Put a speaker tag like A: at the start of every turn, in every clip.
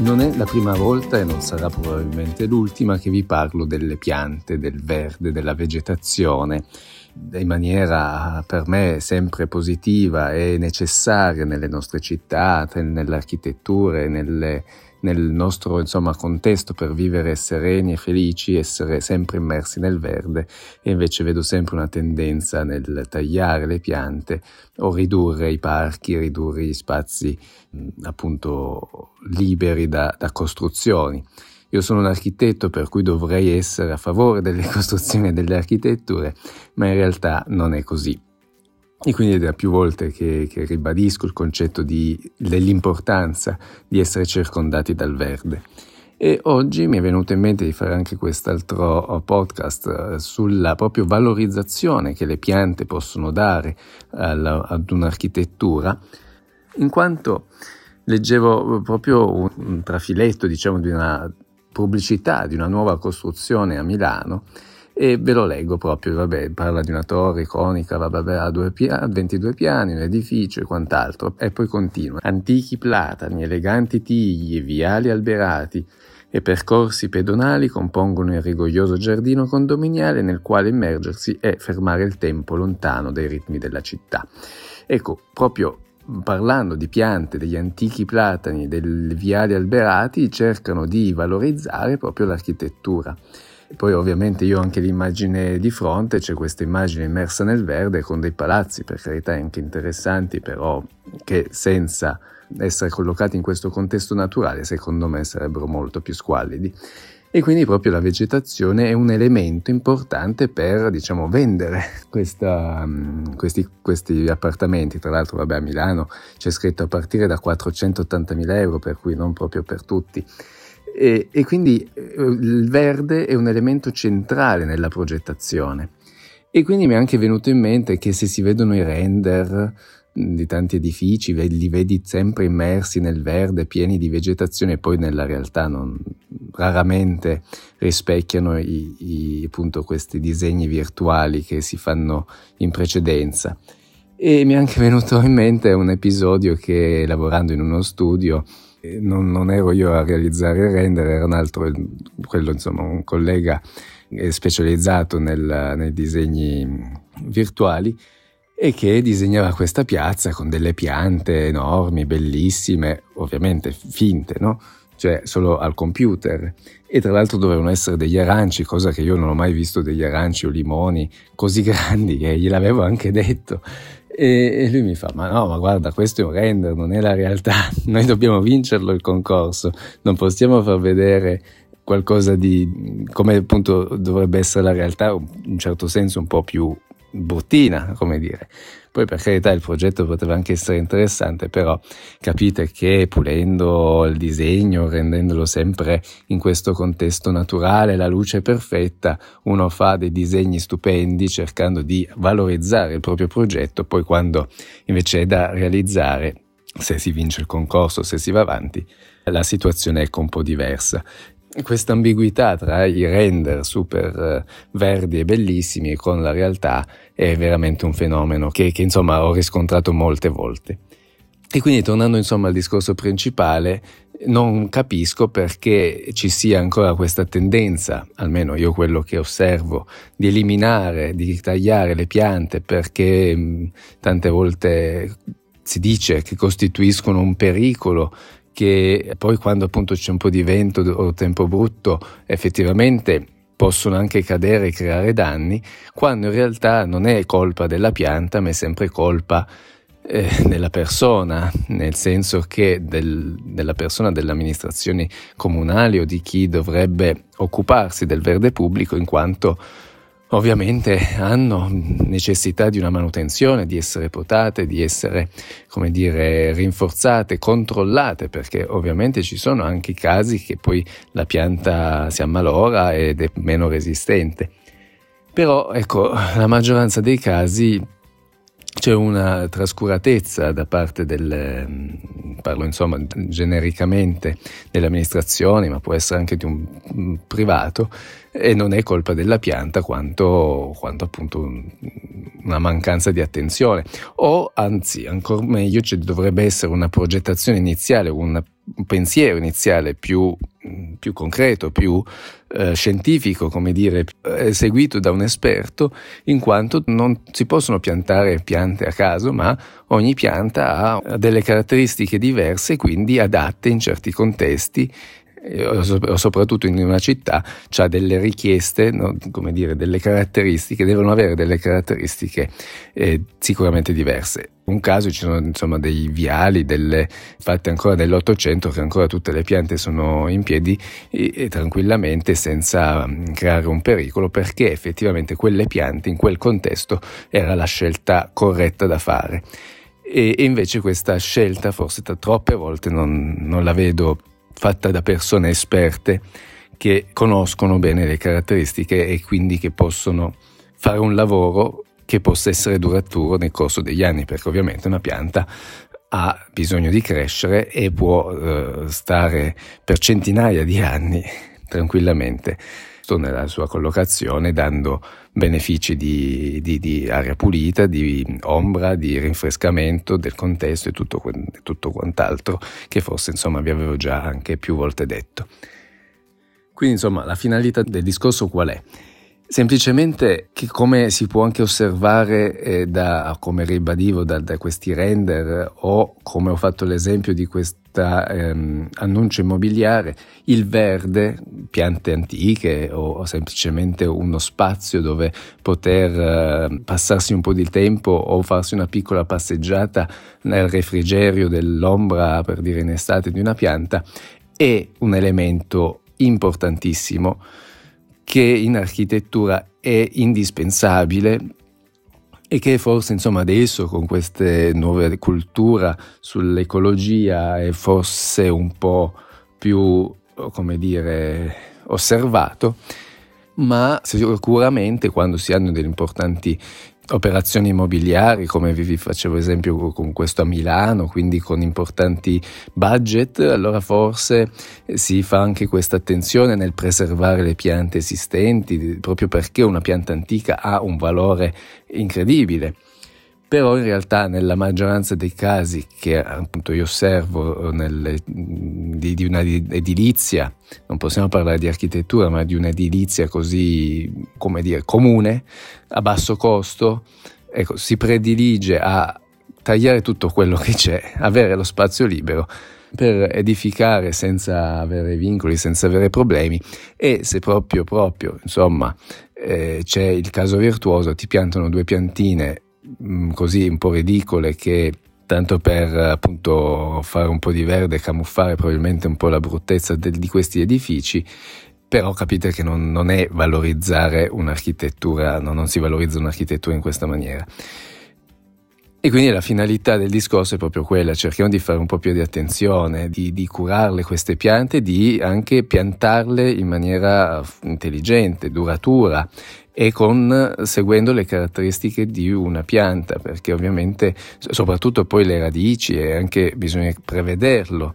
A: Non è la prima volta e non sarà probabilmente l'ultima che vi parlo delle piante, del verde, della vegetazione, in maniera per me sempre positiva e necessaria nelle nostre città, nell'architettura e nel nostro contesto per vivere sereni e felici, essere sempre immersi nel verde. E invece vedo sempre una tendenza nel tagliare le piante o ridurre i parchi, ridurre gli spazi appunto liberi da costruzioni. Io sono un architetto, per cui dovrei essere a favore delle costruzioni e delle architetture, ma in realtà non è così. E quindi è da più volte che ribadisco il concetto dell'importanza di essere circondati dal verde. E oggi mi è venuto in mente di fare anche quest'altro podcast sulla proprio valorizzazione che le piante possono dare ad un'architettura, in quanto leggevo proprio un trafiletto, di una pubblicità di una nuova costruzione a Milano, e ve lo leggo proprio. Parla di una torre iconica, a 22 piani, un edificio e quant'altro, e poi continua: antichi platani, eleganti tigli, viali alberati e percorsi pedonali compongono il rigoglioso giardino condominiale nel quale immergersi e fermare il tempo lontano dai ritmi della città. Ecco, proprio parlando di piante, degli antichi platani, dei viali alberati, cercano di valorizzare proprio l'architettura. E poi ovviamente io ho anche l'immagine di fronte, c'è questa immagine immersa nel verde con dei palazzi, per carità anche interessanti, però che senza essere collocati in questo contesto naturale secondo me sarebbero molto più squallidi. E quindi proprio la vegetazione è un elemento importante per, vendere questi appartamenti. Tra l'altro, a Milano c'è scritto a partire da 480.000 euro, per cui non proprio per tutti. E quindi il verde è un elemento centrale nella progettazione. E quindi mi è anche venuto in mente che se si vedono i render di tanti edifici, li vedi sempre immersi nel verde, pieni di vegetazione, e poi nella realtà raramente rispecchiano appunto questi disegni virtuali che si fanno in precedenza. E mi è anche venuto in mente un episodio che, lavorando in uno studio, non ero io a realizzare il render, era un altro, un collega specializzato nei disegni virtuali, e che disegnava questa piazza con delle piante enormi, bellissime, ovviamente finte, no? Cioè solo al computer. E tra l'altro dovevano essere degli aranci, cosa che io non ho mai visto, degli aranci o limoni così grandi, e gliel'avevo anche detto. E lui mi fa: ma guarda, questo è un render, non è la realtà, noi dobbiamo vincerlo il concorso, non possiamo far vedere qualcosa di come appunto dovrebbe essere la realtà, in un certo senso un po' più bruttina, come dire. Poi per carità il progetto poteva anche essere interessante, però capite che pulendo il disegno, rendendolo sempre in questo contesto naturale, la luce perfetta, uno fa dei disegni stupendi cercando di valorizzare il proprio progetto. Poi quando invece è da realizzare, se si vince il concorso, se si va avanti, la situazione è un po' diversa. Questa ambiguità tra i render super verdi e bellissimi e con la realtà è veramente un fenomeno che ho riscontrato molte volte. E quindi, tornando al discorso principale, non capisco perché ci sia ancora questa tendenza, almeno io quello che osservo, di eliminare, di tagliare le piante, perché tante volte si dice che costituiscono un pericolo, che poi quando appunto c'è un po' di vento o tempo brutto effettivamente possono anche cadere e creare danni, quando in realtà non è colpa della pianta, ma è sempre colpa della persona, nel senso che della persona, delle amministrazioni comunali o di chi dovrebbe occuparsi del verde pubblico, in quanto ovviamente hanno necessità di una manutenzione, di essere potate, di essere, rinforzate, controllate, perché ovviamente ci sono anche i casi che poi la pianta si ammalora ed è meno resistente. Però la maggioranza dei casi c'è una trascuratezza da parte parlo genericamente delle amministrazioni, ma può essere anche di un privato, e non è colpa della pianta quanto appunto una mancanza di attenzione, o anzi ancora meglio dovrebbe essere una progettazione iniziale, un pensiero iniziale più concreto, più scientifico, come dire, seguito da un esperto, in quanto non si possono piantare piante a caso, ma ogni pianta ha delle caratteristiche diverse, quindi adatte in certi contesti, o soprattutto in una città c'ha delle richieste, no? Come dire, delle caratteristiche, devono avere delle caratteristiche sicuramente diverse. Un caso ci sono insomma dei viali fatte ancora dell'800 che ancora tutte le piante sono in piedi e tranquillamente senza creare un pericolo, perché effettivamente quelle piante in quel contesto era la scelta corretta da fare. E invece questa scelta forse troppe volte non la vedo fatta da persone esperte che conoscono bene le caratteristiche e quindi che possono fare un lavoro che possa essere duraturo nel corso degli anni, perché ovviamente una pianta ha bisogno di crescere e può stare per centinaia di anni tranquillamente nella sua collocazione, dando benefici di aria pulita, di ombra, di rinfrescamento del contesto e tutto quant'altro che forse insomma vi avevo già anche più volte detto. Quindi insomma la finalità del discorso qual è? Semplicemente che, come si può anche osservare come ribadivo da questi render, o come ho fatto l'esempio di questa annuncio immobiliare, il verde, piante antiche o semplicemente uno spazio dove poter passarsi un po' di tempo o farsi una piccola passeggiata nel refrigerio dell'ombra, per dire in estate, di una pianta, è un elemento importantissimo che in architettura è indispensabile e che forse insomma adesso con queste nuove culture sull'ecologia è forse un po' più, come dire, osservato, ma sicuramente quando si hanno delle importanti operazioni immobiliari, come vi facevo esempio con questo a Milano, quindi con importanti budget, allora forse si fa anche questa attenzione nel preservare le piante esistenti, proprio perché una pianta antica ha un valore incredibile. Però in realtà nella maggioranza dei casi che appunto io osservo di una edilizia, non possiamo parlare di architettura, ma di un'edilizia così, come dire, comune, a basso costo, ecco, si predilige a tagliare tutto quello che c'è, avere lo spazio libero per edificare senza avere vincoli, senza avere problemi, e se proprio insomma c'è il caso virtuoso, ti piantano 2 piantine così un po' ridicole, che tanto per appunto fare un po' di verde, camuffare probabilmente un po' la bruttezza di questi edifici, però capite che non è valorizzare un'architettura, non si valorizza un'architettura in questa maniera. E quindi la finalità del discorso è proprio quella: cerchiamo di fare un po' più di attenzione, di curarle queste piante, di anche piantarle in maniera intelligente, duratura, e seguendo le caratteristiche di una pianta, perché ovviamente soprattutto poi le radici, e anche bisogna prevederlo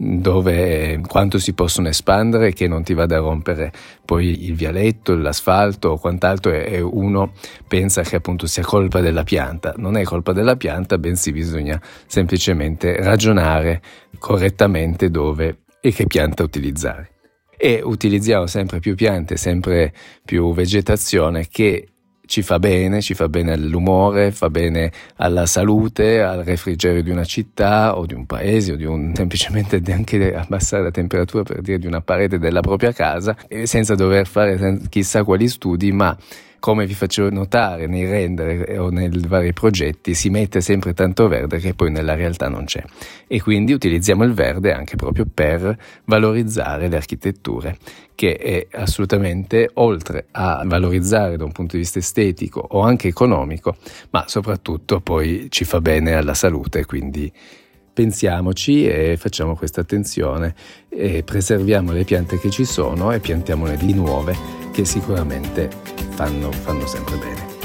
A: quanto si possono espandere, che non ti vada a rompere poi il vialetto, l'asfalto o quant'altro, e uno pensa che appunto sia colpa della pianta. Non è colpa della pianta, bensì bisogna semplicemente ragionare correttamente dove e che pianta utilizzare. E utilizziamo sempre più piante, sempre più vegetazione, che ci fa bene all'umore, fa bene alla salute, al refrigerio di una città o di un paese, o semplicemente anche abbassare la temperatura, per dire, di una parete della propria casa, senza dover fare chissà quali studi, ma come vi facevo notare nei render o nei vari progetti, si mette sempre tanto verde che poi nella realtà non c'è, e quindi utilizziamo il verde anche proprio per valorizzare le architetture, che è assolutamente, oltre a valorizzare da un punto di vista estetico o anche economico, ma soprattutto poi ci fa bene alla salute. Quindi pensiamoci e facciamo questa attenzione e preserviamo le piante che ci sono e piantiamone di nuove che sicuramente fanno sempre bene.